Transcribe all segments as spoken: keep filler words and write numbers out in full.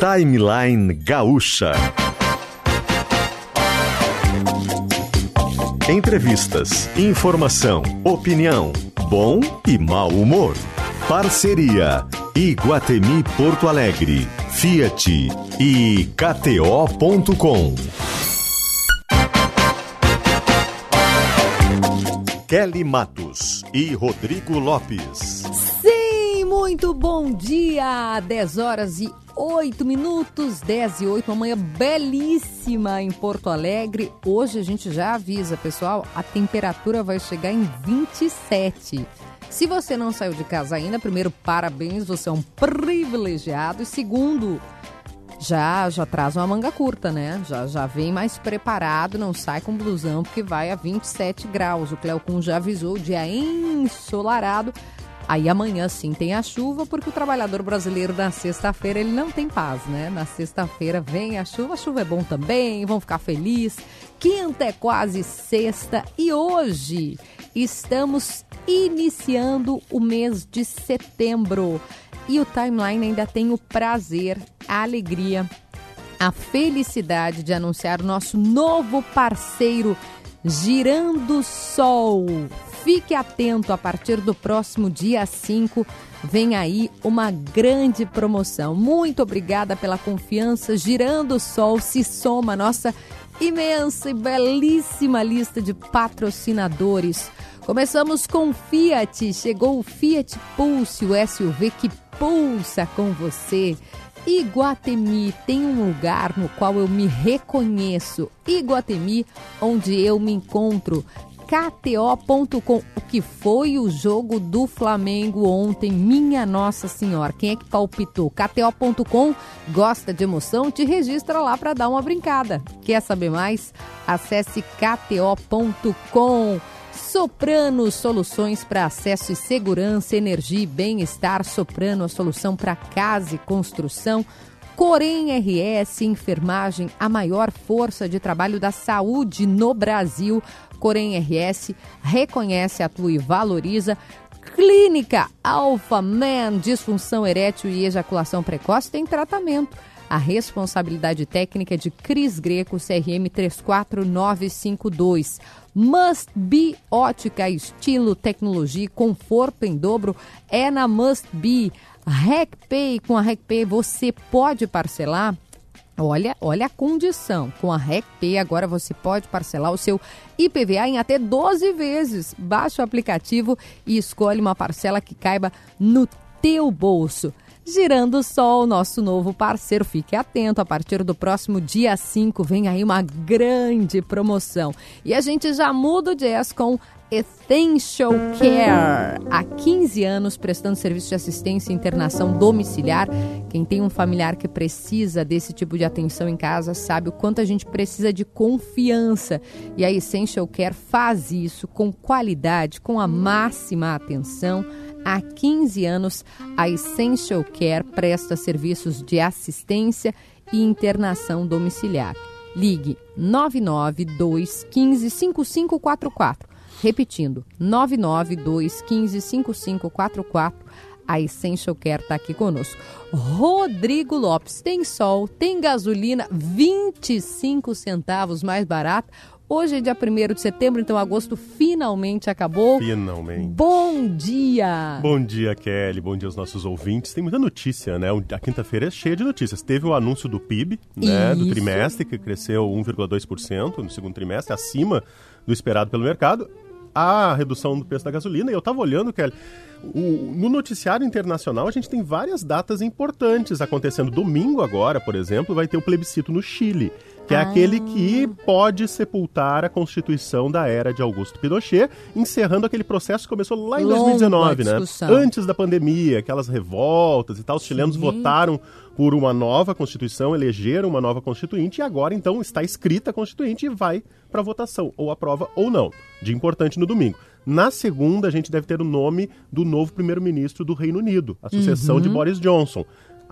Timeline Gaúcha. Entrevistas, informação, opinião, bom e mau humor. Parceria Iguatemi Porto Alegre, Fiat e K T O ponto com. Kelly Matos e Rodrigo Lopes. Sim, muito bom dia! dez horas e oito minutos, dez e oito, uma manhã belíssima em Porto Alegre. Hoje a gente já avisa, pessoal, a temperatura vai chegar em vinte e sete. Se você não saiu de casa ainda, primeiro, parabéns, você é um privilegiado. E segundo, já, já traz uma manga curta, né? Já, já vem mais preparado, não sai com blusão, porque vai a vinte e sete graus. O Cleocum já avisou, dia ensolarado. Aí amanhã sim tem a chuva, porque o trabalhador brasileiro na sexta-feira ele não tem paz, né? Na sexta-feira vem a chuva, a chuva é bom também, vão ficar felizes. Quinta é quase sexta e hoje estamos iniciando o mês de setembro. E o Timeline ainda tem o prazer, a alegria, a felicidade de anunciar o nosso novo parceiro, Girando Sol. Fique atento, a partir do próximo dia cinco, vem aí uma grande promoção. Muito obrigada pela confiança. Girando Sol se soma à nossa imensa e belíssima lista de patrocinadores. Começamos com Fiat. Chegou o Fiat Pulse, o S U V que pulsa com você. Iguatemi tem um lugar no qual eu me reconheço. Iguatemi, onde eu me encontro. K T O ponto com. O que foi o jogo do Flamengo ontem? Minha Nossa Senhora, quem é que palpitou? K T O ponto com, gosta de emoção? Te registra lá para dar uma brincada. Quer saber mais? Acesse K T O ponto com. Soprano, soluções para acesso e segurança, energia e bem-estar. Soprano, a solução para casa e construção. Corém R S, enfermagem, a maior força de trabalho da saúde no Brasil. Corém R S reconhece, atua e valoriza. Clínica Alpha Man, disfunção erétil e ejaculação precoce tem tratamento. A responsabilidade técnica é de Cris Greco, C R M três quatro nove cinco dois. Must Be Ótica, estilo, tecnologia e conforto em dobro é na Must Be. RecPay, com a RecPay você pode parcelar. Olha, olha a condição. Com a RecPay agora você pode parcelar o seu I P V A em até doze vezes. Baixe o aplicativo e escolhe uma parcela que caiba no teu bolso. Girando Sol, nosso novo parceiro, fique atento, a partir do próximo dia cinco vem aí uma grande promoção. E a gente já muda o jazz com Essential Care. Há quinze anos prestando serviço de assistência e internação domiciliar. Quem tem um familiar que precisa desse tipo de atenção em casa sabe o quanto a gente precisa de confiança. E a Essential Care faz isso com qualidade, com a máxima atenção. Há quinze anos, a Essential Care presta serviços de assistência e internação domiciliar. Ligue nove nove dois um cinco cinco cinco quatro quatro. Repetindo, nove nove dois um cinco cinco cinco quatro quatro. A Essential Care está aqui conosco. Rodrigo Lopes, tem sol, tem gasolina, vinte e cinco centavos mais barato. Hoje é dia primeiro de setembro, então agosto finalmente acabou. Finalmente. Bom dia! Bom dia, Kelly. Bom dia aos nossos ouvintes. Tem muita notícia, né? A quinta-feira é cheia de notícias. Teve o anúncio do P I B, né, do trimestre, que cresceu um vírgula dois por cento no segundo trimestre, acima do esperado pelo mercado. A redução do preço da gasolina. E eu estava olhando, Kelly, o, no noticiário internacional a gente tem várias datas importantes acontecendo. Domingo agora, por exemplo, vai ter o plebiscito no Chile, que é ah. aquele que pode sepultar a Constituição da era de Augusto Pinochet, encerrando aquele processo que começou lá em dois mil e dezenove, né? Antes da pandemia, aquelas revoltas e tal. Os chilenos Sim. votaram por uma nova Constituição, elegeram uma nova Constituinte e agora, então, está escrita a Constituinte e vai para votação, ou aprova ou não. Dia importante no domingo. Na segunda, a gente deve ter o nome do novo primeiro-ministro do Reino Unido, a sucessão uhum. de Boris Johnson.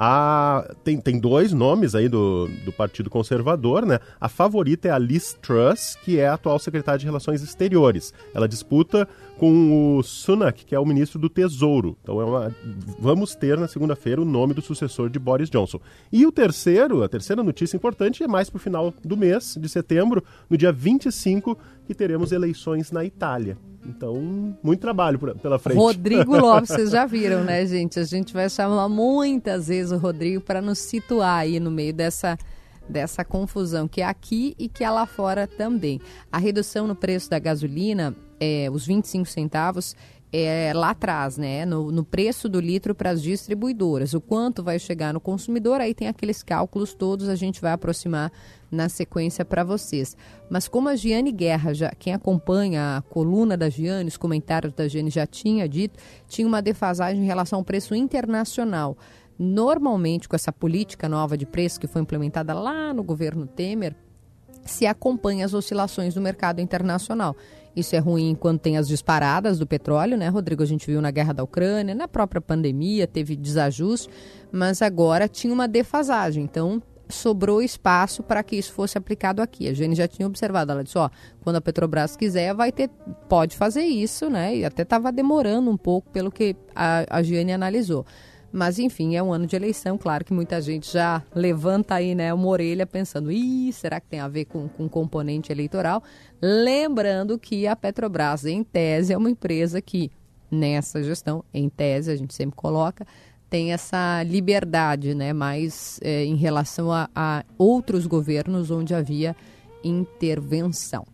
A, tem, tem dois nomes aí do, do Partido Conservador, né? A favorita é a Liz Truss, que é a atual secretária de Relações Exteriores. Ela disputa com o Sunak, que é o ministro do Tesouro. Então é uma, vamos ter na segunda-feira o nome do sucessor de Boris Johnson. E o terceiro, a terceira notícia importante é mais para o final do mês de setembro, no dia vinte e cinco, que teremos eleições na Itália. Então, muito trabalho pela frente. Rodrigo Lopes, vocês já viram, né, gente? A gente vai chamar muitas vezes o Rodrigo para nos situar aí no meio dessa, dessa confusão que é aqui e que é lá fora também. A redução no preço da gasolina, é, os vinte e cinco centavos, é lá atrás, né? No, no preço do litro para as distribuidoras. O quanto vai chegar no consumidor, aí tem aqueles cálculos todos, a gente vai aproximar na sequência para vocês. Mas como a Giane Guerra, já, quem acompanha a coluna da Giane, os comentários da Giane já tinha dito, tinha uma defasagem em relação ao preço internacional. Normalmente, com essa política nova de preço que foi implementada lá no governo Temer, se acompanha as oscilações do mercado internacional. Isso é ruim quando tem as disparadas do petróleo, né, Rodrigo? A gente viu na guerra da Ucrânia, na própria pandemia, teve desajuste, mas agora tinha uma defasagem. Então, sobrou espaço para que isso fosse aplicado aqui. A Giane já tinha observado, ela disse, ó, quando a Petrobras quiser, vai ter, pode fazer isso, né? E até estava demorando um pouco pelo que a, a Giane analisou. Mas, enfim, é um ano de eleição, claro que muita gente já levanta aí, né, uma orelha pensando, ih, será que tem a ver com, com componente eleitoral? Lembrando que a Petrobras, em tese, é uma empresa que, nessa gestão, em tese, a gente sempre coloca, tem essa liberdade, né, mais é, em relação a, a outros governos onde havia intervenção.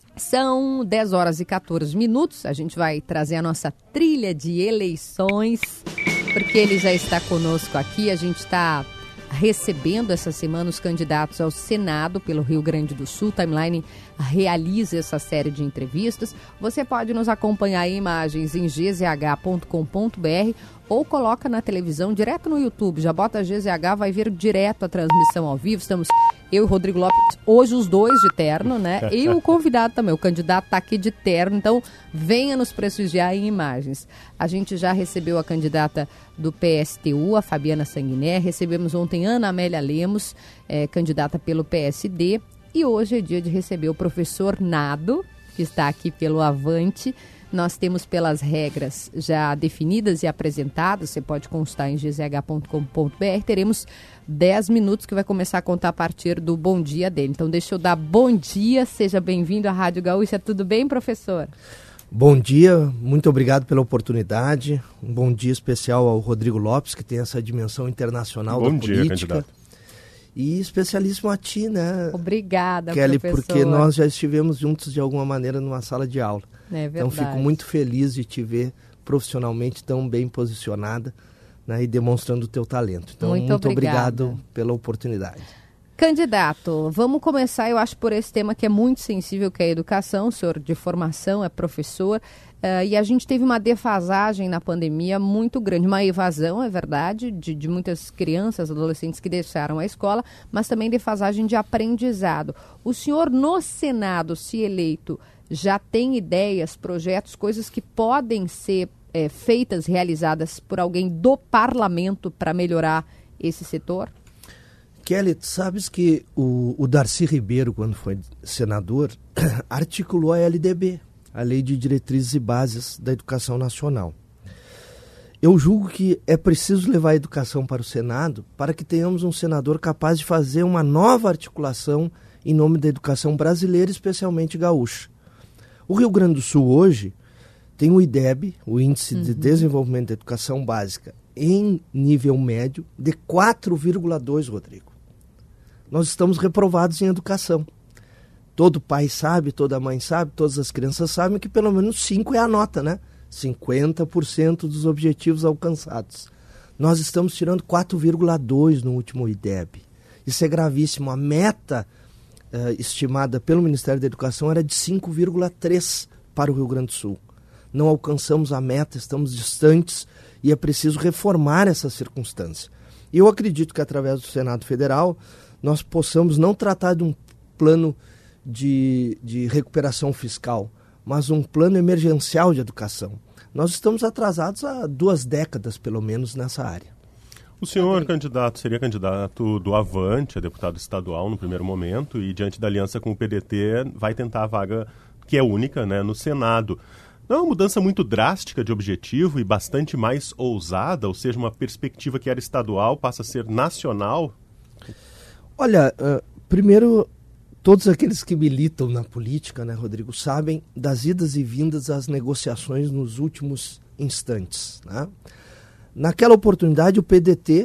São dez horas e quatorze minutos, a gente vai trazer a nossa trilha de eleições, porque ele já está conosco aqui. A gente está recebendo essa semana os candidatos ao Senado pelo Rio Grande do Sul. Timeline realiza essa série de entrevistas. Você pode nos acompanhar em imagens em g z h ponto com ponto b r ou coloca na televisão, direto no YouTube. Já bota G Z H, vai ver direto a transmissão ao vivo. Estamos eu e o Rodrigo Lopes, hoje os dois de terno, né? E o convidado também, o candidato está aqui de terno, então venha nos prestigiar em imagens. A gente já recebeu a candidata do P S T U, a Fabiana Sanguiné, recebemos ontem Ana Amélia Lemos, é, candidata pelo P S D, e hoje é dia de receber o professor Nado, que está aqui pelo Avante. Nós temos pelas regras já definidas e apresentadas, você pode consultar em g z h ponto com ponto b r, teremos dez minutos que vai começar a contar a partir do bom dia dele. Então deixa eu dar bom dia, seja bem-vindo à Rádio Gaúcha, tudo bem, professor? Bom dia, muito obrigado pela oportunidade, um bom dia especial ao Rodrigo Lopes, que tem essa dimensão internacional bom da dia, política. Candidato. E especialíssimo a ti, né? Obrigada, Kelly, professor. Porque nós já estivemos juntos de alguma maneira numa sala de aula. É verdade. Então fico muito feliz de te ver profissionalmente tão bem posicionada, né, e demonstrando o teu talento. Então muito, muito obrigado pela oportunidade. Candidato, vamos começar, eu acho, por esse tema que é muito sensível, que é a educação. O senhor de formação é professor, uh, e a gente teve uma defasagem na pandemia muito grande, uma evasão, é verdade, de, de muitas crianças, adolescentes que deixaram a escola, mas também defasagem de aprendizado. O senhor, no Senado, se eleito, já tem ideias, projetos, coisas que podem ser é, feitas, realizadas por alguém do parlamento para melhorar esse setor? Kelly, tu sabes que o, o Darcy Ribeiro, quando foi senador, articulou a L D B, a Lei de Diretrizes e Bases da Educação Nacional. Eu julgo que é preciso levar a educação para o Senado para que tenhamos um senador capaz de fazer uma nova articulação em nome da educação brasileira, especialmente gaúcha. O Rio Grande do Sul hoje tem o I D E B, o Índice uhum. de Desenvolvimento da Educação Básica, em nível médio de quatro vírgula dois, Rodrigo. Nós estamos reprovados em educação. Todo pai sabe, toda mãe sabe, todas as crianças sabem que pelo menos cinco é a nota, né? cinquenta por cento dos objetivos alcançados. Nós estamos tirando quatro vírgula dois no último I D E B. Isso é gravíssimo. A meta uh, estimada pelo Ministério da Educação era de cinco vírgula três para o Rio Grande do Sul. Não alcançamos a meta, estamos distantes e é preciso reformar essa circunstância. E eu acredito que através do Senado Federal nós possamos não tratar de um plano de, de recuperação fiscal, mas um plano emergencial de educação. Nós estamos atrasados há duas décadas, pelo menos, nessa área. O senhor candidato seria candidato do Avante, a deputado estadual no primeiro momento, e diante da aliança com o P D T vai tentar a vaga, que é única, né, no Senado. Não é uma mudança muito drástica de objetivo e bastante mais ousada, ou seja, uma perspectiva que era estadual passa a ser nacional? Olha, uh, primeiro, todos aqueles que militam na política, né, Rodrigo, sabem das idas e vindas às negociações nos últimos instantes, né? Naquela oportunidade, o P D T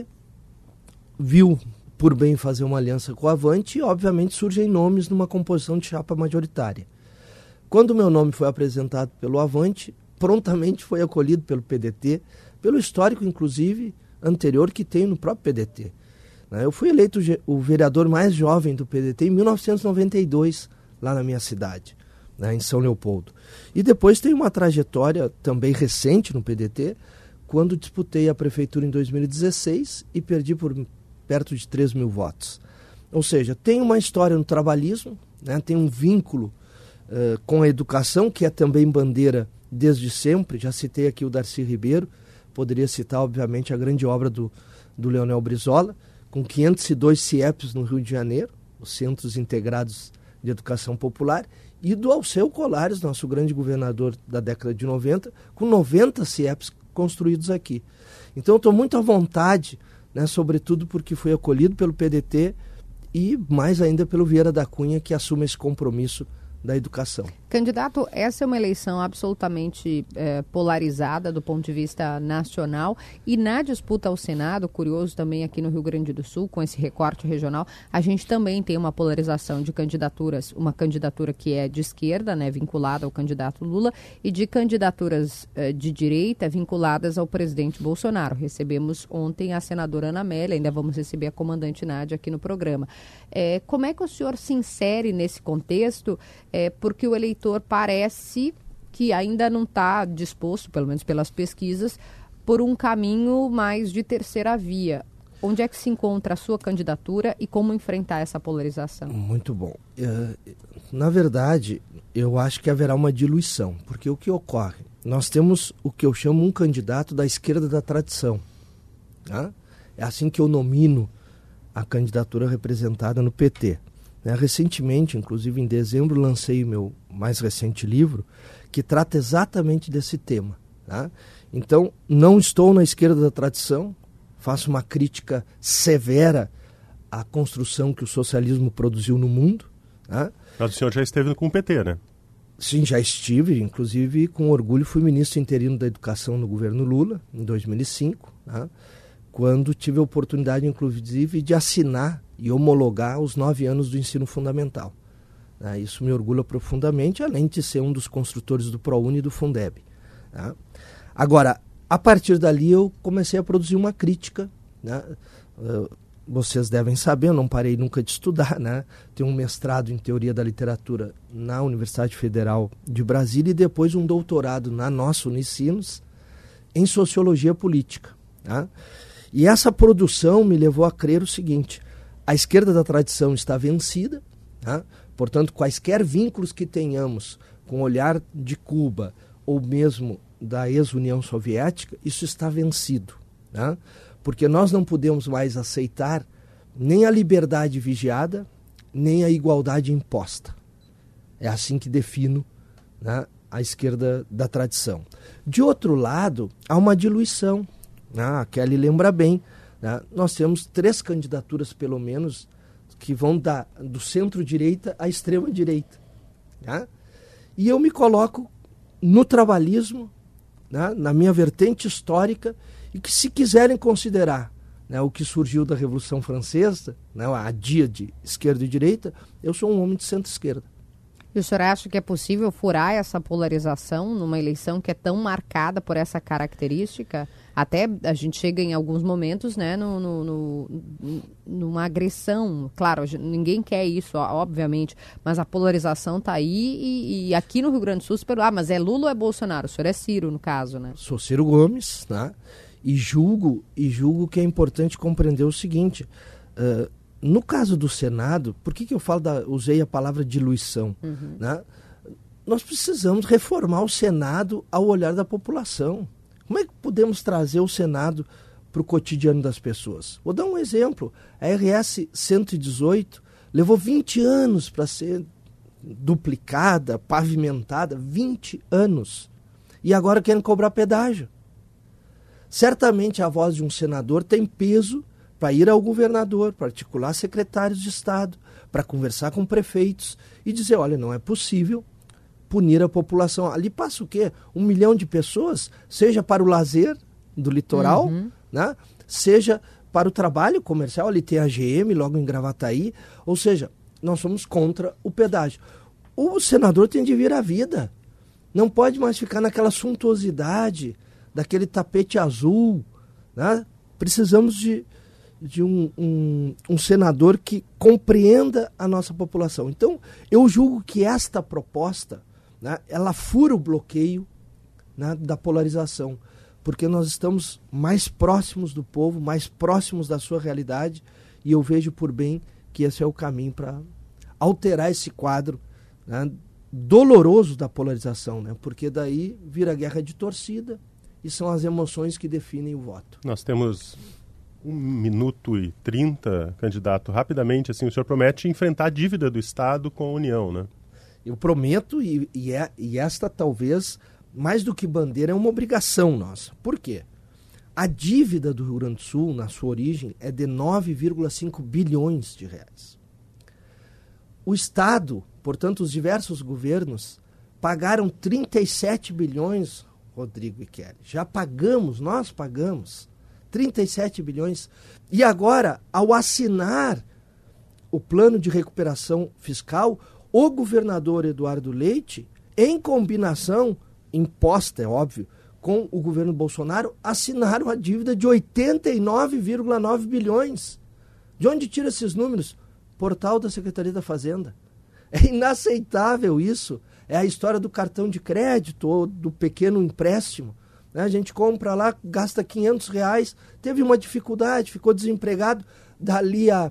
viu por bem fazer uma aliança com o Avante e, obviamente, surgem nomes numa composição de chapa majoritária. Quando o meu nome foi apresentado pelo Avante, prontamente foi acolhido pelo P D T, pelo histórico, inclusive, anterior que tem no próprio P D T. Eu fui eleito o vereador mais jovem do P D T em mil novecentos e noventa e dois, lá na minha cidade, né, em São Leopoldo. E depois tem uma trajetória também recente no P D T, quando disputei a prefeitura em dois mil e dezesseis e perdi por perto de três mil votos. Ou seja, tem uma história no trabalhismo, né, tem um vínculo uh, com a educação, que é também bandeira desde sempre. Já citei aqui o Darcy Ribeiro, poderia citar, obviamente, a grande obra do, do Leonel Brizola, com quinhentos e dois C I E Ps no Rio de Janeiro, os Centros Integrados de Educação Popular, e do Alceu Colares, nosso grande governador da década de noventa, com noventa C I E Ps construídos aqui. Então eu estou muito à vontade, né, sobretudo porque fui acolhido pelo P D T e mais ainda pelo Vieira da Cunha, que assume esse compromisso da educação. Candidato, essa é uma eleição absolutamente é, polarizada do ponto de vista nacional, e na disputa ao Senado, curioso também aqui no Rio Grande do Sul, com esse recorte regional, a gente também tem uma polarização de candidaturas, uma candidatura que é de esquerda, né, vinculada ao candidato Lula, e de candidaturas é, de direita vinculadas ao presidente Bolsonaro. Recebemos ontem a senadora Ana Amélia, ainda vamos receber a comandante Nádia aqui no programa. É, como é que o senhor se insere nesse contexto? É, porque o eleitor parece que ainda não está disposto, pelo menos pelas pesquisas, por um caminho mais de terceira via. Onde é que se encontra a sua candidatura e como enfrentar essa polarização? Muito bom. Uh, na verdade, eu acho que haverá uma diluição, porque o que ocorre? Nós temos o que eu chamo um candidato da esquerda da tradição. Tá? É assim que eu nomino a candidatura representada no P T. Recentemente, inclusive em dezembro, lancei o meu mais recente livro, que trata exatamente desse tema. Tá? Então, não estou na esquerda da tradição, faço uma crítica severa à construção que o socialismo produziu no mundo. Tá? Mas o senhor já esteve com o P T, né? Sim, já estive, inclusive com orgulho fui ministro interino da Educação no governo Lula, em dois mil e cinco, tá? Quando tive a oportunidade, inclusive, de assinar e homologar os nove anos do ensino fundamental. Né? Isso me orgulha profundamente, além de ser um dos construtores do ProUni e do Fundeb. Tá? Agora, a partir dali eu comecei a produzir uma crítica. Né? Uh, vocês devem saber, eu não parei nunca de estudar. Né? Tenho um mestrado em Teoria da Literatura na Universidade Federal de Brasília e depois um doutorado na nossa Unicinos em Sociologia Política. Tá? E essa produção me levou a crer o seguinte: a esquerda da tradição está vencida, tá? Portanto, quaisquer vínculos que tenhamos com o olhar de Cuba ou mesmo da ex-União Soviética, isso está vencido. Tá? Porque nós não podemos mais aceitar nem a liberdade vigiada, nem a igualdade imposta. É assim que defino, né, a esquerda da tradição. De outro lado, há uma diluição. Ah, a Kelly lembra bem, né? Nós temos três candidaturas, pelo menos, que vão da, do centro-direita à extrema-direita. Né? E eu me coloco no trabalhismo, né, na minha vertente histórica, e que, se quiserem considerar, né, o que surgiu da Revolução Francesa, né, a dia de esquerda e direita, eu sou um homem de centro-esquerda. E o senhor acha que é possível furar essa polarização numa eleição que é tão marcada por essa característica? Até a gente chega em alguns momentos, né, no, no, no, numa agressão. Claro, ninguém quer isso, obviamente, mas a polarização está aí e, e aqui no Rio Grande do Sul, super, ah, mas é Lula ou é Bolsonaro? O senhor é Ciro, no caso, né? Sou Ciro Gomes, né? E julgo, e julgo que é importante compreender o seguinte... Uh, no caso do Senado, por que, que eu falo da, usei a palavra diluição? Uhum. Né? Nós precisamos reformar o Senado ao olhar da população. Como é que podemos trazer o Senado para o cotidiano das pessoas. Vou dar um exemplo. A R S cento e dezoito levou vinte anos para ser duplicada, pavimentada, vinte anos. E agora querem cobrar pedágio. Certamente a voz de um senador tem peso para ir ao governador, para articular secretários de Estado, para conversar com prefeitos e dizer, olha, não é possível punir a população. Ali passa o quê? Um milhão de pessoas, seja para o lazer do litoral, uhum. né? Seja para o trabalho comercial, ali tem a G M, logo em Gravataí, ou seja, nós somos contra o pedágio. O senador tem de vir à vida, não pode mais ficar naquela suntuosidade, daquele tapete azul, né? Precisamos de, de um, um, um senador que compreenda a nossa população. Então, eu julgo que esta proposta, né, ela fura o bloqueio, né, da polarização, porque nós estamos mais próximos do povo, mais próximos da sua realidade, e eu vejo por bem que esse é o caminho para alterar esse quadro, né, doloroso da polarização, né, porque daí vira guerra de torcida, e são as emoções que definem o voto. Nós temos um minuto e trinta, candidato. Rapidamente, assim, o senhor promete enfrentar a dívida do Estado com a União, né? Eu prometo, e, e, é, e esta talvez, mais do que bandeira, é uma obrigação nossa. Por quê? A dívida do Rio Grande do Sul, na sua origem, é de nove vírgula cinco bilhões de reais. O Estado, portanto, os diversos governos, pagaram trinta e sete bilhões, Rodrigo e Kelly. Já pagamos, nós pagamos trinta e sete bilhões. E agora, ao assinar o plano de recuperação fiscal, o governador Eduardo Leite, em combinação, imposta, é óbvio, com o governo Bolsonaro, assinaram a dívida de oitenta e nove vírgula nove bilhões. De onde tira esses números? Portal da Secretaria da Fazenda. É inaceitável isso. É a história do cartão de crédito ou do pequeno empréstimo. Né? A gente compra lá, gasta quinhentos reais, teve uma dificuldade, ficou desempregado. Dali a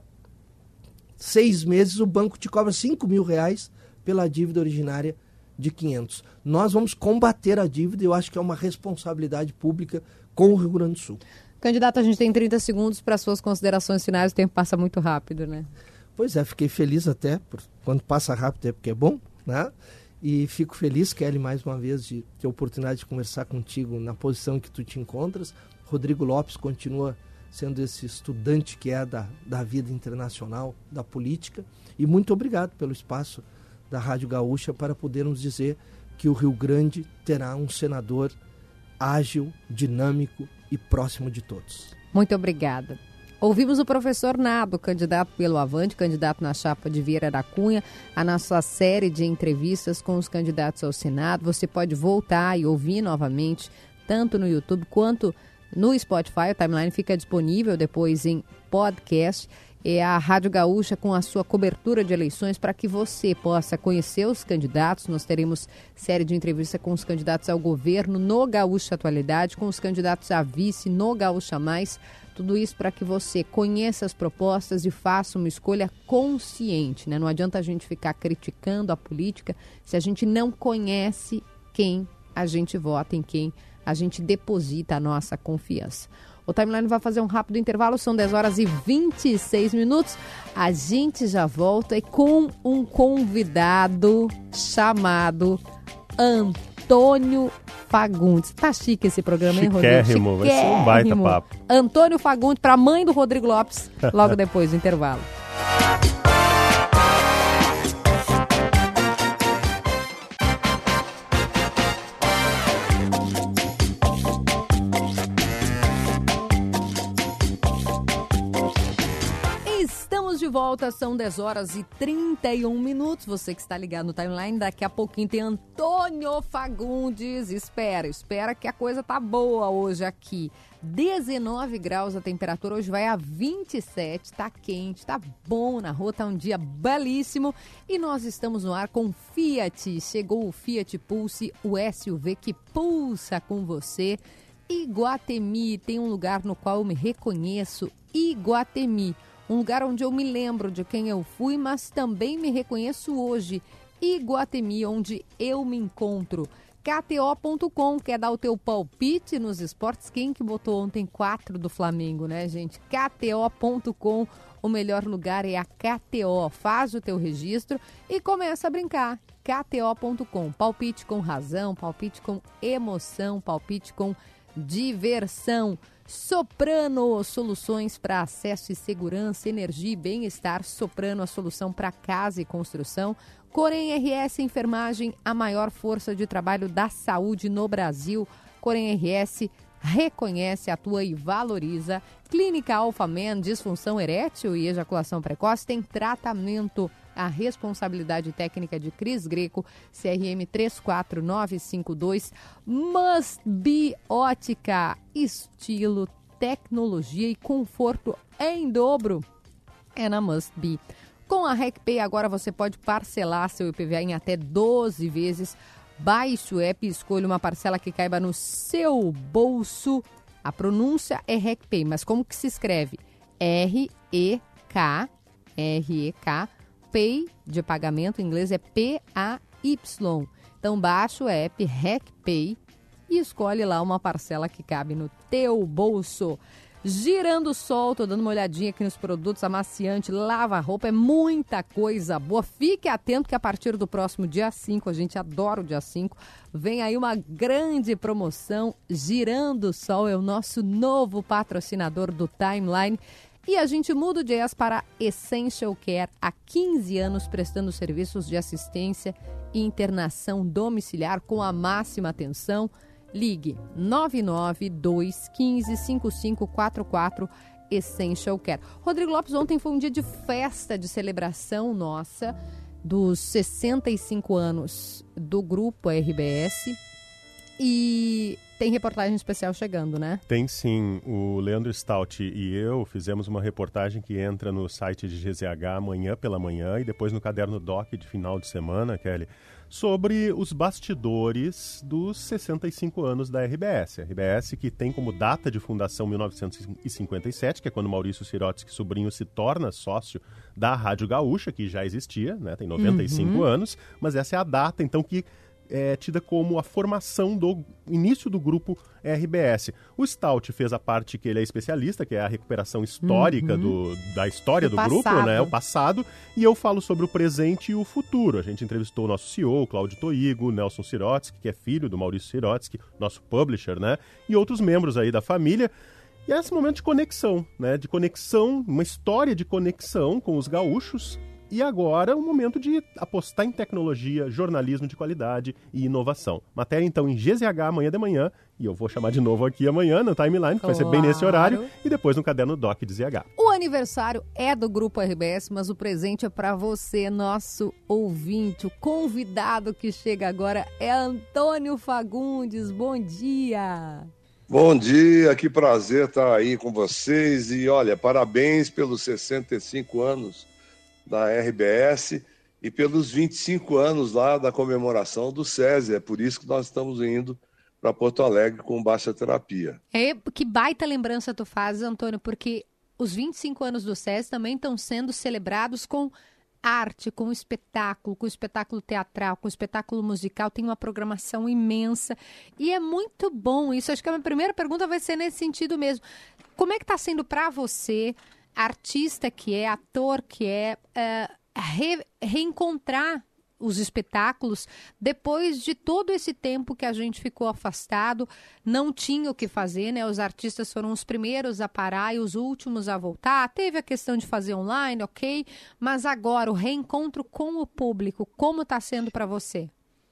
seis meses o banco te cobra cinco mil reais pela dívida originária de quinhentos. Nós vamos combater a dívida e eu acho que é uma responsabilidade pública com o Rio Grande do Sul. Candidato, a gente tem trinta segundos para suas considerações finais, o tempo passa muito rápido, né? Pois é, fiquei feliz até, por, quando passa rápido é porque é bom, né? E fico feliz, Kelly, mais uma vez, de ter a oportunidade de conversar contigo na posição que tu te encontras. Rodrigo Lopes continua sendo esse estudante que é da, da vida internacional, da política. E muito obrigado pelo espaço da Rádio Gaúcha para podermos dizer que o Rio Grande terá um senador ágil, dinâmico e próximo de todos. Muito obrigada. Ouvimos o professor Nado, candidato pelo Avante, candidato na chapa de Vieira da Cunha, a nossa série de entrevistas com os candidatos ao Senado. Você pode voltar e ouvir novamente, tanto no YouTube quanto no Spotify. O timeline fica disponível depois em podcast. É a Rádio Gaúcha com a sua cobertura de eleições para que você possa conhecer os candidatos. Nós teremos série de entrevistas com os candidatos ao governo no Gaúcha Atualidade, com os candidatos a vice no Gaúcha Mais. Tudo isso para que você conheça as propostas e faça uma escolha consciente, né? Não adianta a gente ficar criticando a política se a gente não conhece quem a gente vota, em quem a gente deposita a nossa confiança. O Timeline vai fazer um rápido intervalo, são dez horas e vinte e seis minutos. A gente já volta e com um convidado chamado Antônio Fagundes. Tá chique esse programa, hein, Rodrigo? Chiquérrimo, vai ser um baita papo. Antônio Fagundes, para a mãe do Rodrigo Lopes, logo depois do intervalo. De volta, são dez horas e trinta e um minutos. Você que está ligado no Timeline, daqui a pouquinho tem Antônio Fagundes. Espera, espera que a coisa tá boa hoje aqui. dezenove graus a temperatura, hoje vai a vinte e sete, tá quente, tá bom na rua, tá um dia belíssimo. E nós estamos no ar com Fiat. Chegou o Fiat Pulse, o S U V que pulsa com você. Iguatemi, tem um lugar no qual eu me reconheço, Iguatemi. Um lugar onde eu me lembro de quem eu fui, mas também me reconheço hoje. Iguatemi, onde eu me encontro. K T O ponto com. Quer dar o teu palpite nos esportes? Quem que botou ontem quatro do Flamengo, né, gente? K T O ponto com. O melhor lugar é a K T O. Faz o teu registro e começa a brincar. K T O ponto com. Palpite com razão, palpite com emoção, palpite com diversão. Soprano, soluções para acesso e segurança, energia e bem-estar. Soprano, a solução para casa e construção. Corém R S Enfermagem, a maior força de trabalho da saúde no Brasil. Corém R S reconhece, atua e valoriza. Clínica Alphaman, disfunção erétil e ejaculação precoce, tem tratamento. A responsabilidade técnica de Cris Greco, C R M três quatro nove cinco dois. Must Be Ótica, estilo, tecnologia e conforto em dobro. É na Must Be. Com a RecPay agora você pode parcelar seu I P V A em até doze vezes. Baixe o app e escolha uma parcela que caiba no seu bolso. A pronúncia é RecPay, mas como que se escreve? R E K, R E K, Pay de pagamento, em inglês é P A Y. Então baixa o app RecPay e escolhe lá uma parcela que cabe no teu bolso. Girando o Sol, tô dando uma olhadinha aqui nos produtos, amaciante, lava-roupa, é muita coisa boa. Fique atento que a partir do próximo dia cinco, a gente adora o dia cinco, vem aí uma grande promoção. Girando o Sol é o nosso novo patrocinador do Timeline. E a gente muda o jazz para Essential Care, há quinze anos prestando serviços de assistência e internação domiciliar com a máxima atenção. Ligue nove nove dois um cinco cinco cinco quatro quatro Essential Care. Rodrigo Lopes, ontem foi um dia de festa, de celebração nossa dos sessenta e cinco anos do Grupo R B S. E tem reportagem especial chegando, né? Tem sim. O Leandro Stout e eu fizemos uma reportagem que entra no site de G Z H amanhã pela manhã e depois no Caderno Doc de final de semana, Kelly, sobre os bastidores dos sessenta e cinco anos da R B S. A R B S que tem como data de fundação mil novecentos e cinquenta e sete, que é quando Maurício Sirotsky Sobrinho se torna sócio da Rádio Gaúcha, que já existia, né? Tem noventa e cinco uhum. anos, mas essa é a data, então, que é tida como a formação do início do grupo R B S. O Stout fez a parte que ele é especialista, que é a recuperação histórica uhum. do, da história do, do grupo, né? O passado. E eu falo sobre o presente e o futuro. A gente entrevistou o nosso C E O, Cláudio Toigo, Nelson Sirotsky, que é filho do Maurício Sirotsky, nosso publisher, né? E outros membros aí da família. E é esse momento de conexão, né? De conexão, uma história de conexão com os gaúchos. E agora, um momento de apostar em tecnologia, jornalismo de qualidade e inovação. Matéria, então, em G Z H amanhã de manhã, e eu vou chamar de novo aqui amanhã, no Timeline, que claro. Vai ser bem nesse horário, e depois no Caderno Doc de Z H. O aniversário é do Grupo R B S, mas o presente é para você, nosso ouvinte. O convidado que chega agora é Antônio Fagundes. Bom dia! Bom dia, que prazer estar aí com vocês. E olha, parabéns pelos sessenta e cinco anos da R B S e pelos vinte e cinco anos lá da comemoração do SESI. É por isso que nós estamos indo para Porto Alegre com Baixa Terapia. É, que baita lembrança tu faz, Antônio, porque os vinte e cinco anos do SESI também estão sendo celebrados com arte, com espetáculo, com espetáculo teatral, com espetáculo musical. Tem uma programação imensa e é muito bom isso. Acho que a minha primeira pergunta vai ser nesse sentido mesmo. Como é que está sendo para você, artista que é, ator que é, uh, re, reencontrar os espetáculos depois de todo esse tempo que a gente ficou afastado, não tinha o que fazer, né? Os artistas foram os primeiros a parar e os últimos a voltar. Teve a questão de fazer online, ok, mas agora o reencontro com o público, como está sendo para você?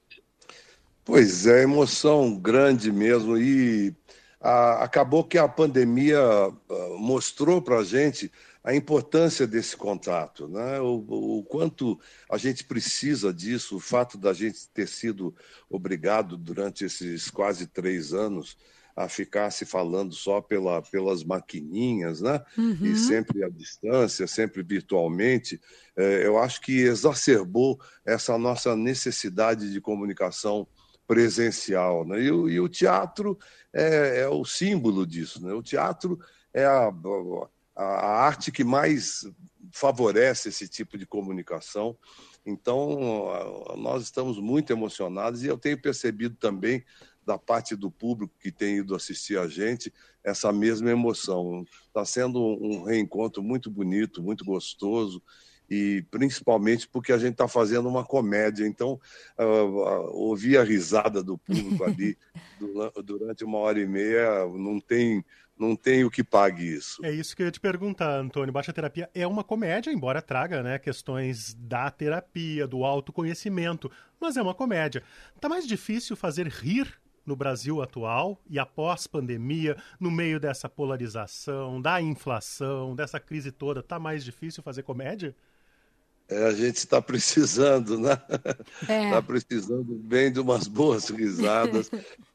Pois é, emoção grande mesmo, e a, acabou que a pandemia uh, mostrou para a gente a importância desse contato, né? O, o quanto a gente precisa disso, o fato da gente ter sido obrigado durante esses quase três anos a ficar se falando só pela, pelas maquininhas, né? Uhum. E sempre à distância, sempre virtualmente, é, eu acho que exacerbou essa nossa necessidade de comunicação presencial, né? E, e o teatro é, é o símbolo disso, né? O teatro é a... a arte que mais favorece esse tipo de comunicação, Então, nós estamos muito emocionados e eu tenho percebido também da parte do público que tem ido assistir a gente, essa mesma emoção. Está sendo um reencontro muito bonito, muito gostoso, e principalmente porque a gente está fazendo uma comédia. Então, uh, uh, ouvir a risada do público ali durante uma hora e meia não tem... Não tem o que pague isso. É isso que eu ia te perguntar, Antônio. Baixa Terapia é uma comédia, embora traga, né, questões da terapia, do autoconhecimento, mas é uma comédia. Tá mais difícil fazer rir no Brasil atual e após pandemia, no meio dessa polarização, da inflação, dessa crise toda, tá mais difícil fazer comédia? É, a gente está precisando, né? Está É. precisando bem de umas boas risadas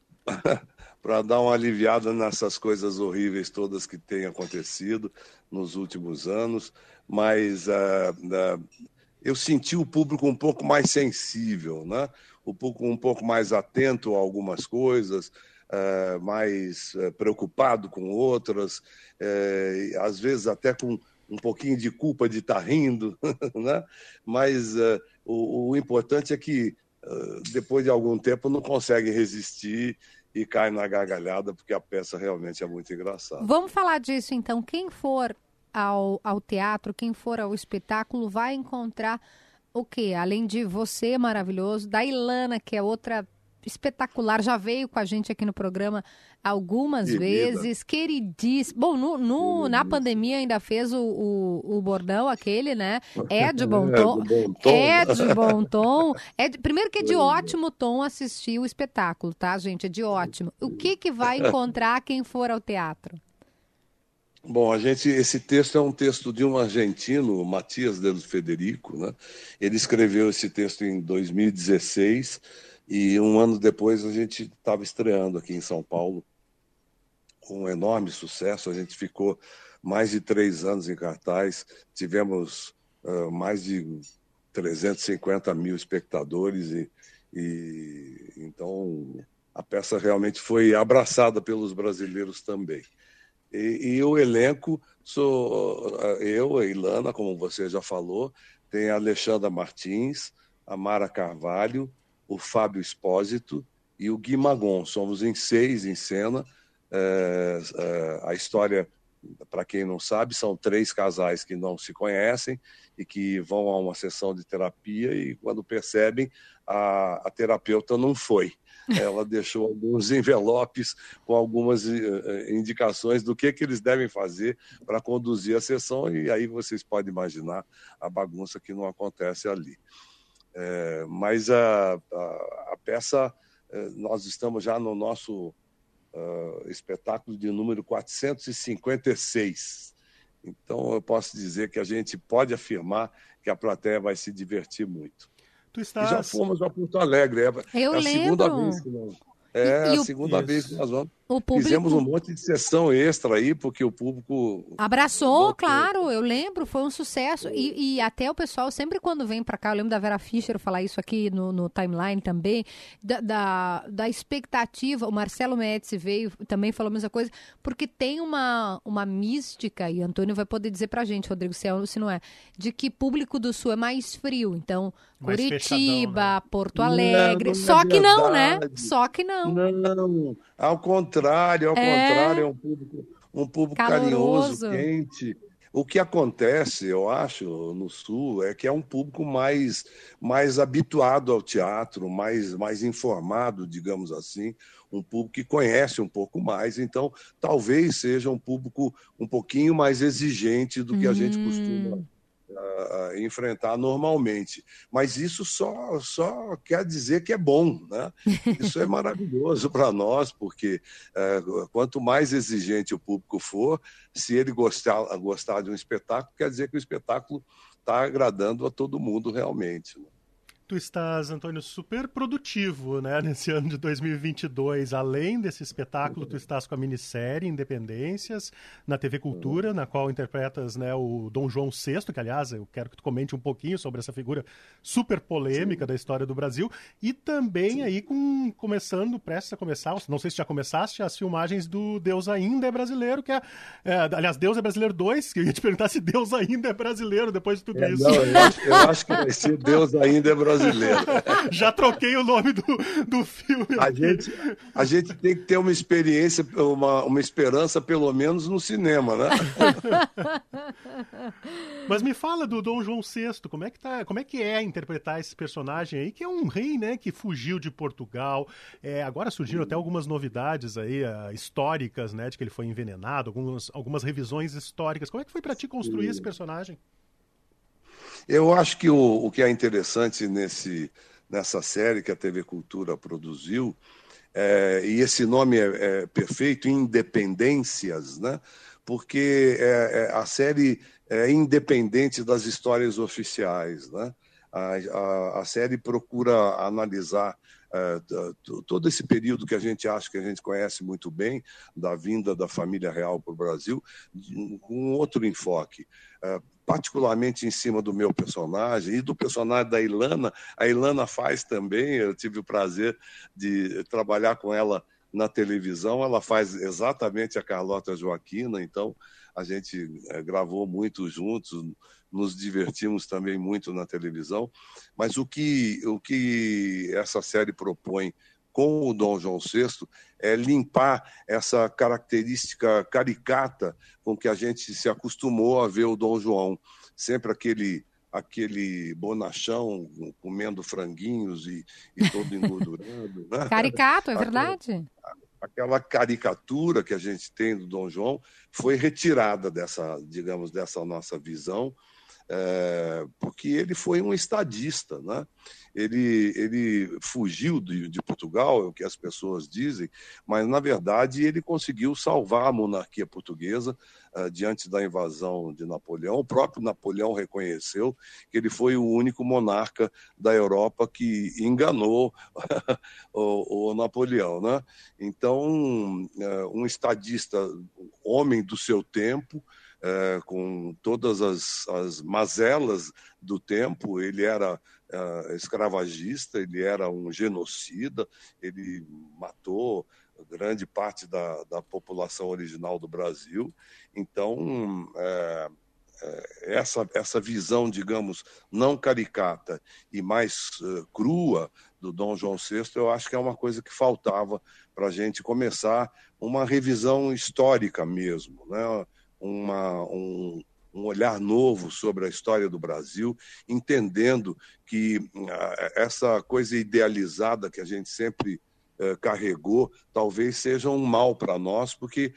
para dar uma aliviada nessas coisas horríveis todas que têm acontecido nos últimos anos, mas uh, uh, eu senti o público um pouco mais sensível, né? O público um pouco mais atento a algumas coisas, uh, mais uh, preocupado com outras, uh, às vezes até com um pouquinho de culpa de estar rindo, né? Mas uh, o, o importante é que uh, depois de algum tempo não consegue resistir e cai na gargalhada, porque a peça realmente é muito engraçada. Vamos falar disso, então. Quem for ao, ao teatro, quem for ao espetáculo, vai encontrar o quê? Além de você, maravilhoso, da Ilana, que é outra espetacular, já veio com a gente aqui no programa algumas Querida. vezes, queridíssima. Bom, no, no, na pandemia ainda fez o, o, o bordão aquele, né? É de bom tom. É de bom tom. É de bom tom. É de, primeiro que é de ótimo tom assistir o espetáculo, tá, gente? É de ótimo. O que, que vai encontrar quem for ao teatro? Bom, a gente, esse texto é um texto de um argentino, Matias de Federico, né? Ele escreveu esse texto em dois mil e dezesseis e um ano depois a gente estava estreando aqui em São Paulo com um enorme sucesso. A gente ficou mais de três anos em cartaz, tivemos uh, mais de trezentos e cinquenta mil espectadores e, e então a peça realmente foi abraçada pelos brasileiros também. E, e o elenco, sou eu, a Ilana, como você já falou, tem a Alexandra Martins, a Mara Carvalho, o Fábio Espósito e o Gui Magon. Somos em seis em cena. É, é, a história, para quem não sabe, são três casais que não se conhecem e que vão a uma sessão de terapia e, quando percebem, a, a terapeuta não foi. Ela deixou alguns envelopes com algumas indicações do que, que eles devem fazer para conduzir a sessão, e aí vocês podem imaginar a bagunça que não acontece ali. É, mas a, a, a peça, nós estamos já no nosso uh, espetáculo de número quatrocentos e cinquenta e seis. Então eu posso dizer que a gente pode afirmar que a plateia vai se divertir muito. Tu estás... E já fomos a Porto Alegre. É, Eu é a lembro. segunda vez que nós... É E- e a o- segunda Isso. vez que nós vamos. O público Fizemos um monte de sessão extra aí, porque o público... abraçou, Voltou. claro, eu lembro, foi um sucesso. E, e até o pessoal, sempre quando vem pra cá, eu lembro da Vera Fischer falar isso aqui no, no timeline também, da, da, da expectativa. O Marcelo Médici veio, também falou a mesma coisa, porque tem uma, uma mística, e Antônio vai poder dizer pra gente, Rodrigo, se é ou se não é, de que público do Sul é mais frio. Então, Mais Curitiba, fechadão, né? Porto Alegre. Não, não é Só que não, né? verdade. Só que não. Não, ao contrário, ao É. contrário, é um público, um público Caloroso. carinhoso, quente. O que acontece, eu acho, no Sul, é que é um público mais, mais habituado ao teatro, mais, mais informado, digamos assim, um público que conhece um pouco mais, então talvez seja um público um pouquinho mais exigente do que a gente costuma uh, enfrentar normalmente. Mas isso só, só quer dizer que é bom, né? Isso é maravilhoso para nós, porque uh, quanto mais exigente o público for, se ele gostar, gostar de um espetáculo, quer dizer que o espetáculo está agradando a todo mundo realmente, né? tu estás, Antônio, super produtivo, né, nesse ano de dois mil e vinte e dois. Além desse espetáculo, tu estás com a minissérie Independências, na T V Cultura, na qual interpretas, né, o Dom João sexto, que, aliás, eu quero que tu comente um pouquinho sobre essa figura super polêmica Sim. da história do Brasil. E também Sim. aí com, começando, prestes a começar, não sei se já começaste, as filmagens do Deus Ainda é Brasileiro, que é, é aliás, Deus é Brasileiro dois, que eu ia te perguntar se Deus ainda é brasileiro depois de tudo é, isso. Não, eu, acho, eu acho que vai ser Deus Ainda é Brasileiro. Já troquei o nome do, do filme. A gente, a gente tem que ter uma experiência, uma, uma esperança, pelo menos, no cinema, né? Mas me fala do Dom João sexto, como é que tá, como é que é interpretar esse personagem aí, que é um rei, né, que fugiu de Portugal. É, agora surgiram até algumas novidades aí, uh, históricas, né, de que ele foi envenenado, algumas, algumas revisões históricas. Como é que foi para ti construir Sim. esse personagem? Eu acho que o, o que é interessante nesse, nessa série que a T V Cultura produziu, é, e esse nome é, é perfeito, Independências, né? Porque é, é, a série é independente das histórias oficiais, né? A, a, a série procura analisar uh, todo esse período que a gente acha que a gente conhece muito bem, da vinda da família real para o Brasil, com outro enfoque. Uh, particularmente em cima do meu personagem e do personagem da Ilana. A Ilana faz também, eu tive o prazer de trabalhar com ela na televisão, ela faz exatamente a Carlota Joaquina, então a gente é, gravou muito juntos, nos divertimos também muito na televisão, mas o que, o que essa série propõe com o Dom João sexto é limpar essa característica caricata com que a gente se acostumou a ver o Dom João, sempre aquele aquele bonachão comendo franguinhos e, e todo engordurado. Né? Caricato, é verdade. Aquela, aquela caricatura que a gente tem do Dom João foi retirada dessa, digamos, dessa nossa visão, é, porque ele foi um estadista, né? Ele, ele fugiu de, de Portugal, é o que as pessoas dizem, mas, na verdade, ele conseguiu salvar a monarquia portuguesa uh, diante da invasão de Napoleão. O próprio Napoleão reconheceu que ele foi o único monarca da Europa que enganou o, o Napoleão, né? Então, uh, um estadista, homem do seu tempo, É, com todas as, as mazelas do tempo, ele era é, escravagista, ele era um genocida, ele matou grande parte da, da população original do Brasil. Então, é, é, essa, essa visão, digamos, não caricata e mais uh, crua do Dom João sexto, eu acho que é uma coisa que faltava para a gente começar uma revisão histórica mesmo, né? Uma, um, um olhar novo sobre a história do Brasil, entendendo que uh, essa coisa idealizada que a gente sempre uh, carregou, talvez seja um mal para nós, porque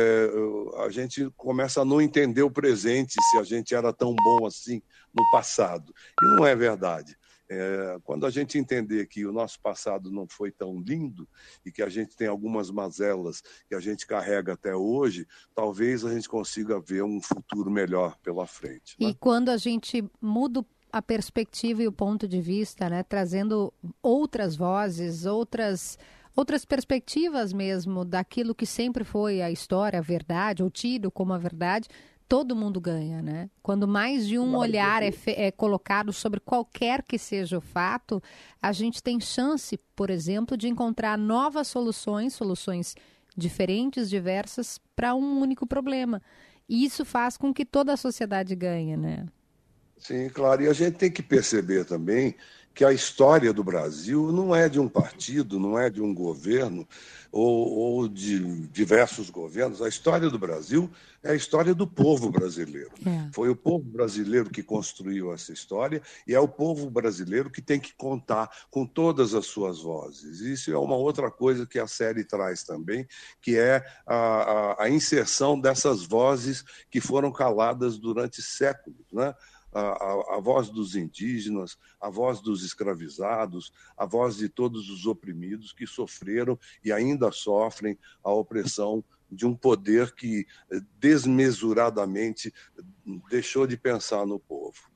uh, a gente começa a não entender o presente, se a gente era tão bom assim no passado. E não é verdade. É, quando a gente entender que o nosso passado não foi tão lindo e que a gente tem algumas mazelas que a gente carrega até hoje, talvez a gente consiga ver um futuro melhor pela frente. E né? quando a gente muda a perspectiva e o ponto de vista, né, trazendo outras vozes, outras, outras perspectivas mesmo daquilo que sempre foi a história, a verdade, ou tido como a verdade, todo mundo ganha, né? Quando mais de um olhar é, fe- é colocado sobre qualquer que seja o fato, a gente tem chance, por exemplo, de encontrar novas soluções, soluções diferentes, diversas, para um único problema. E isso faz com que toda a sociedade ganhe, né? Sim, claro. E a gente tem que perceber também que a história do Brasil não é de um partido, não é de um governo ou, ou de diversos governos. A história do Brasil é a história do povo brasileiro. É. Foi o povo brasileiro que construiu essa história e é o povo brasileiro que tem que contar com todas as suas vozes. Isso é uma outra coisa que a série traz também, que é a, a, a inserção dessas vozes que foram caladas durante séculos, né? A, a, a voz dos indígenas, a voz dos escravizados, a voz de todos os oprimidos que sofreram e ainda sofrem a opressão de um poder que desmesuradamente deixou de pensar no povo. Né?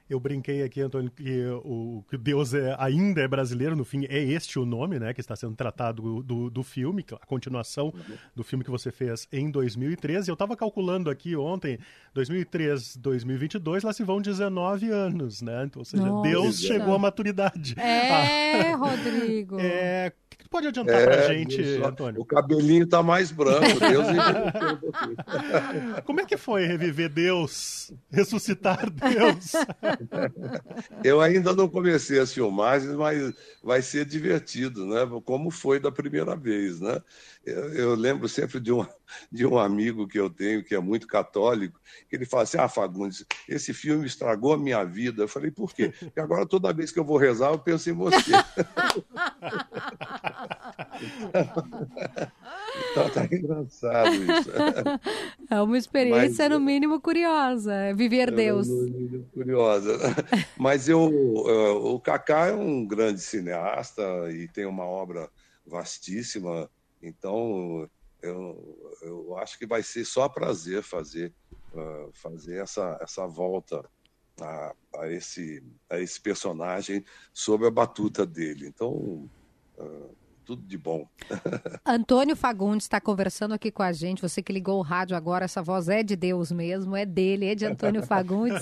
Eu brinquei aqui, Antônio, que o que Deus é, ainda é brasileiro, no fim, é este o nome, né, que está sendo tratado do, do filme, a continuação uhum. do filme que você fez em dois mil e treze. Eu estava calculando aqui ontem, dois mil e treze, dois mil e vinte e dois, lá se vão dezenove anos, né? Então, ou seja, Nossa. Deus chegou à maturidade. É, ah, Rodrigo. É, o que tu pode adiantar é, pra gente, só, Antônio? O cabelinho tá mais branco, Deus Como é que foi reviver Deus? Ressuscitar Deus? Eu ainda não comecei as filmagens, mas vai ser divertido, né? Como foi da primeira vez, né? Eu, eu lembro sempre de um, de um amigo que eu tenho, que é muito católico, que ele fala assim, ah, Fagundes, esse filme estragou a minha vida. Eu falei, por quê? Porque agora toda vez que eu vou rezar, eu penso em você. Então tá engraçado isso. É uma experiência, Mas, no mínimo, curiosa. É viver Deus. No mínimo curiosa. Mas eu, o Kaká é um grande cineasta e tem uma obra vastíssima. Então, eu, eu acho que vai ser só prazer fazer, uh, fazer essa, essa volta a, a, esse, a esse personagem sob a batuta dele. Então, uh, tudo de bom. Antônio Fagundes está conversando aqui com a gente. Você que ligou o rádio agora, essa voz é de Deus mesmo, é dele, é de Antônio Fagundes.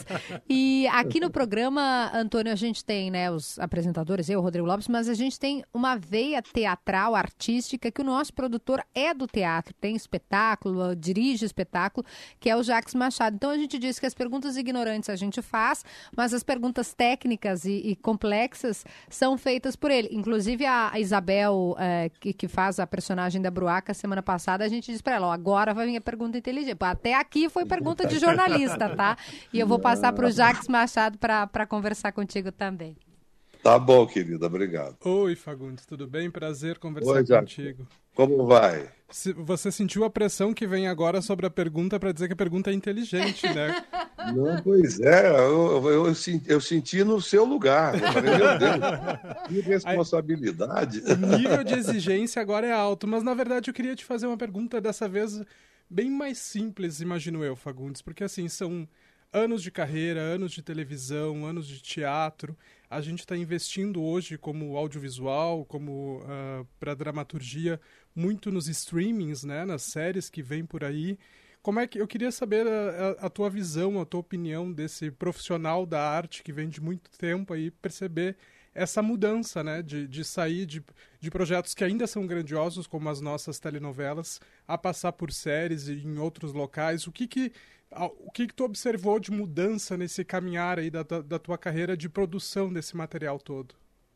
E aqui no programa, Antônio, a gente tem, né, os apresentadores, eu, Rodrigo Lopes, mas a gente tem uma veia teatral, artística, que o nosso produtor é do teatro, tem espetáculo, dirige espetáculo, que é o Jacques Machado. Então a gente diz que as perguntas ignorantes a gente faz, mas as perguntas técnicas e, e complexas são feitas por ele. Inclusive a Isabel, É, que, que faz a personagem da Bruaca, semana passada, a gente disse para ela, ó, agora vai vir a pergunta inteligente. Até aqui foi pergunta de jornalista, tá? E eu vou passar para o Jacques Machado para conversar contigo também. Tá bom, querida, obrigado. Oi, Fagundes, tudo bem? Prazer conversar Oi, contigo. Como vai? Você sentiu a pressão que vem agora sobre a pergunta para dizer que a pergunta é inteligente, né? Não, pois é, eu, eu, eu, eu senti no seu lugar. Eu falei, meu Deus, que responsabilidade. O nível de exigência agora é alto, mas na verdade eu queria te fazer uma pergunta dessa vez bem mais simples, imagino eu, Fagundes, porque assim, são anos de carreira, anos de televisão, anos de teatro. A gente está investindo hoje como audiovisual, como uh, para dramaturgia, muito nos streamings, né, nas séries que vêm por aí. Como é que eu queria saber a, a, a tua visão, a tua opinião desse profissional da arte que vem de muito tempo aí, perceber essa mudança, né, de, de sair de, de projetos que ainda são grandiosos, como as nossas telenovelas, a passar por séries e em outros locais. O que que O que, que tu observou de mudança nesse caminhar aí da, da, da tua carreira de produção desse material todo?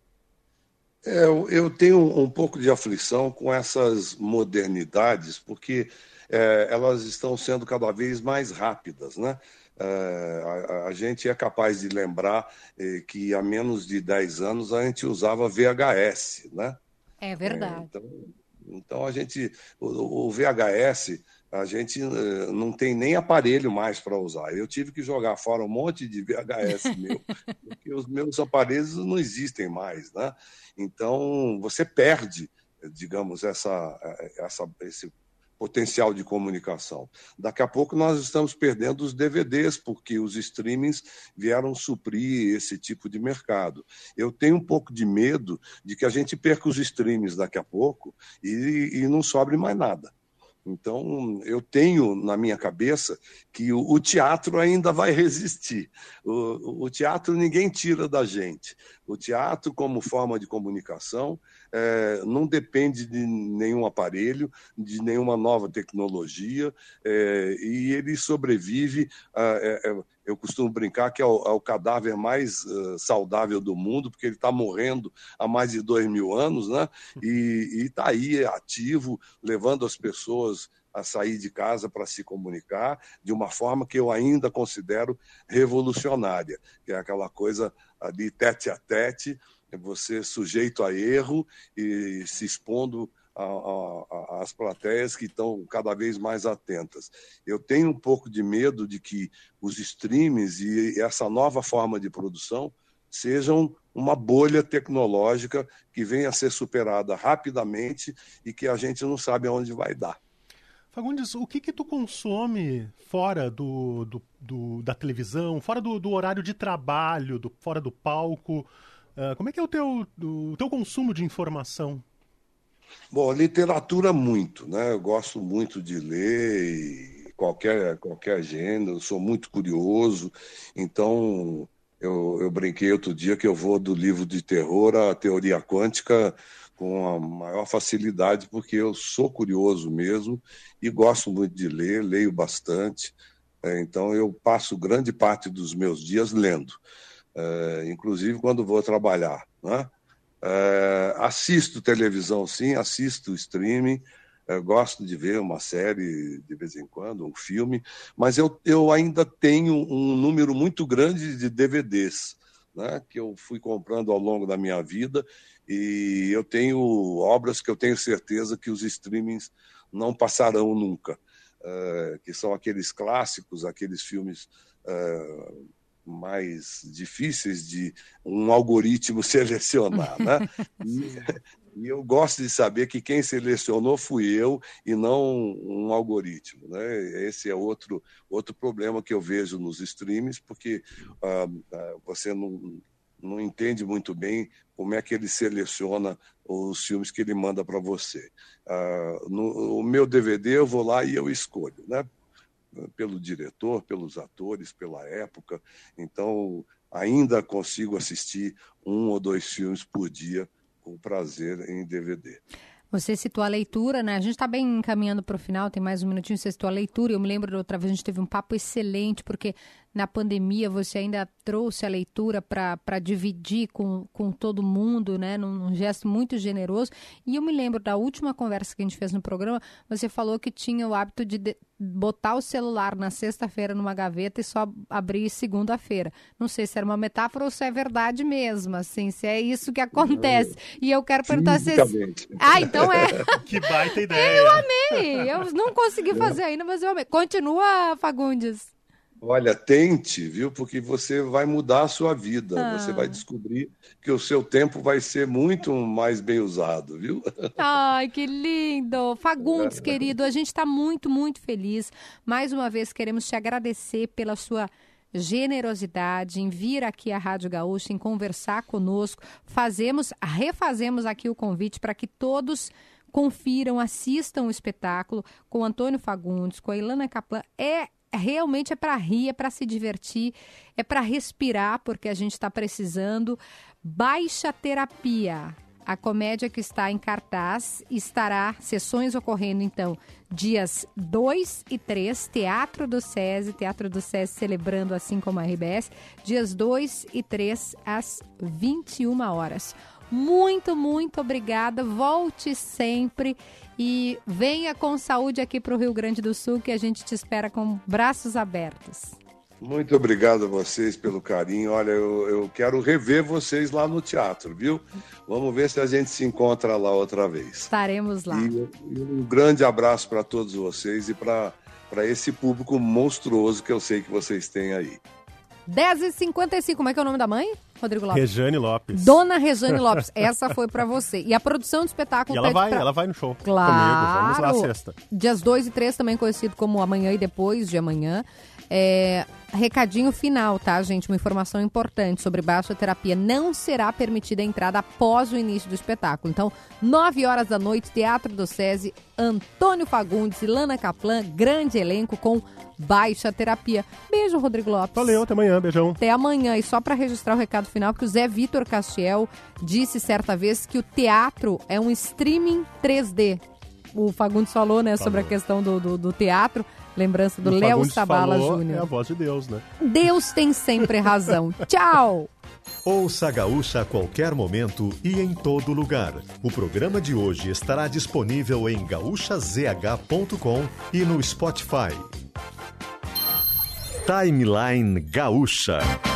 É, eu, eu tenho um pouco de aflição com essas modernidades, porque é, elas estão sendo cada vez mais rápidas, né? É, a, a gente é capaz de lembrar é, que há menos de dez anos a gente usava V H S, né? É verdade. É, então, então a gente, o, o V H S... a gente uh, não tem nem aparelho mais para usar. Eu tive que jogar fora um monte de V H S meu, porque os meus aparelhos não existem mais, né? Então, você perde, digamos, essa, essa, esse potencial de comunicação. Daqui a pouco nós estamos perdendo os D V Ds, porque os streamings vieram suprir esse tipo de mercado. Eu tenho um pouco de medo de que a gente perca os streamings daqui a pouco e, e não sobre mais nada. Então, eu tenho na minha cabeça que o, o teatro ainda vai resistir. O, o teatro ninguém tira da gente. O teatro, como forma de comunicação, é, não depende de nenhum aparelho, de nenhuma nova tecnologia, é, e ele sobrevive. É, é, eu costumo brincar que é o, é o cadáver mais uh, saudável do mundo, porque ele está morrendo há mais de dois mil anos, né? E está aí ativo, levando as pessoas a sair de casa para se comunicar de uma forma que eu ainda considero revolucionária, que é aquela coisa ali tete a tete, você sujeito a erro e se expondo às plateias que estão cada vez mais atentas. Eu tenho um pouco de medo de que os streams e essa nova forma de produção sejam uma bolha tecnológica que venha a ser superada rapidamente e que a gente não sabe aonde vai dar. Fagundes, o que que tu consome fora do, do, do, da televisão, fora do, do horário de trabalho, do, fora do palco? Uh, como é que é o teu, o teu consumo de informação? Bom, literatura muito, né? Eu gosto muito de ler e qualquer, qualquer gênero, sou muito curioso, então eu, eu brinquei outro dia que eu vou do livro de terror à teoria quântica com a maior facilidade, porque eu sou curioso mesmo e gosto muito de ler, leio bastante, é, então eu passo grande parte dos meus dias lendo, é, inclusive quando vou trabalhar, né? É, assisto televisão, sim, assisto streaming, é, gosto de ver uma série de vez em quando, um filme, mas eu, eu ainda tenho um número muito grande de D V Ds, né, que eu fui comprando ao longo da minha vida, e eu tenho obras que eu tenho certeza que os streamings não passarão nunca, é, que são aqueles clássicos, aqueles filmes é, mais difíceis de um algoritmo selecionar, né? E, e eu gosto de saber que quem selecionou fui eu e não um algoritmo, né? Esse é outro, outro problema que eu vejo nos streams, porque uh, uh, você não, não entende muito bem como é que ele seleciona os filmes que ele manda para você. Uh, no o meu D V D eu vou lá e eu escolho, né? Pelo diretor, pelos atores, pela época. Então, ainda consigo assistir um ou dois filmes por dia com prazer em D V D. Você citou a leitura, né? A gente está bem encaminhando para o final, tem mais um minutinho, você citou a leitura. Eu me lembro da outra vez, a gente teve um papo excelente, porque na pandemia você ainda trouxe a leitura para dividir com, com todo mundo, né? Num, num gesto muito generoso. E eu me lembro da última conversa que a gente fez no programa, você falou que tinha o hábito de, de botar o celular na sexta-feira numa gaveta e só abrir segunda-feira. Não sei se era uma metáfora ou se é verdade mesmo, assim, se é isso que acontece. E eu quero perguntar se... Ah, então é... Que baita ideia! Eu amei! Eu não consegui fazer ainda, mas eu amei. Continua, Fagundes. Olha, tente, viu? Porque você vai mudar a sua vida. Ah. Você vai descobrir que o seu tempo vai ser muito mais bem usado, viu? Ai, que lindo! Fagundes, é. querido, a gente está muito, muito feliz. Mais uma vez, queremos te agradecer pela sua generosidade em vir aqui à Rádio Gaúcha, em conversar conosco. Fazemos, refazemos aqui o convite para que todos confiram, assistam o espetáculo com Antônio Fagundes, com a Ilana Kaplan. É Realmente é para rir, é para se divertir, é para respirar, porque a gente está precisando. Baixa Terapia, a comédia que está em cartaz, estará sessões ocorrendo, então, dias dois e três, Teatro do SESI, Teatro do SESI celebrando assim como a R B S, dias dois e três às vinte e uma horas. Muito, muito obrigada, volte sempre e venha com saúde aqui para o Rio Grande do Sul, que a gente te espera com braços abertos. Muito obrigado a vocês pelo carinho. Olha, eu, eu quero rever vocês lá no teatro, viu? Vamos ver se a gente se encontra lá outra vez. Estaremos lá. E, e um grande abraço para todos vocês e para para esse público monstruoso que eu sei que vocês têm aí. dez e cinquenta e cinco, como é que é o nome da mãe? Rodrigo Lopes. Rejane Lopes. Dona Rejane Lopes, essa foi pra você. E a produção do espetáculo... E ela vai, pra... ela vai no show claro. comigo, vamos lá sexta. Dias dois e três, também conhecido como Amanhã e Depois de Amanhã. É... Recadinho final, tá, gente? Uma informação importante sobre Baixa Terapia. Não será permitida a entrada após o início do espetáculo. Então, nove horas da noite, Teatro do SESI, Antônio Fagundes, Ilana Kaplan, grande elenco com Baixa Terapia. Beijo, Rodrigo Lopes. Valeu, até amanhã, beijão. Até amanhã. E só para registrar o recado final, porque o Zé Vitor Castiel disse certa vez que o teatro é um streaming três D. O Fagundes falou, né, falou. sobre a questão do, do, do teatro. Lembrança do Léo Sabala Júnior. É a voz de Deus, né? Deus tem sempre razão. Tchau! Ouça a Gaúcha a qualquer momento e em todo lugar. O programa de hoje estará disponível em gaúcha z h ponto com e no Spotify. Timeline Gaúcha.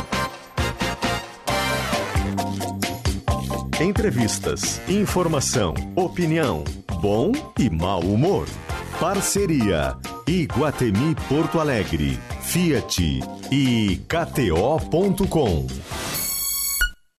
Entrevistas, informação, opinião, bom e mau humor. Parceria Iguatemi Porto Alegre, Fiat e K T O ponto com.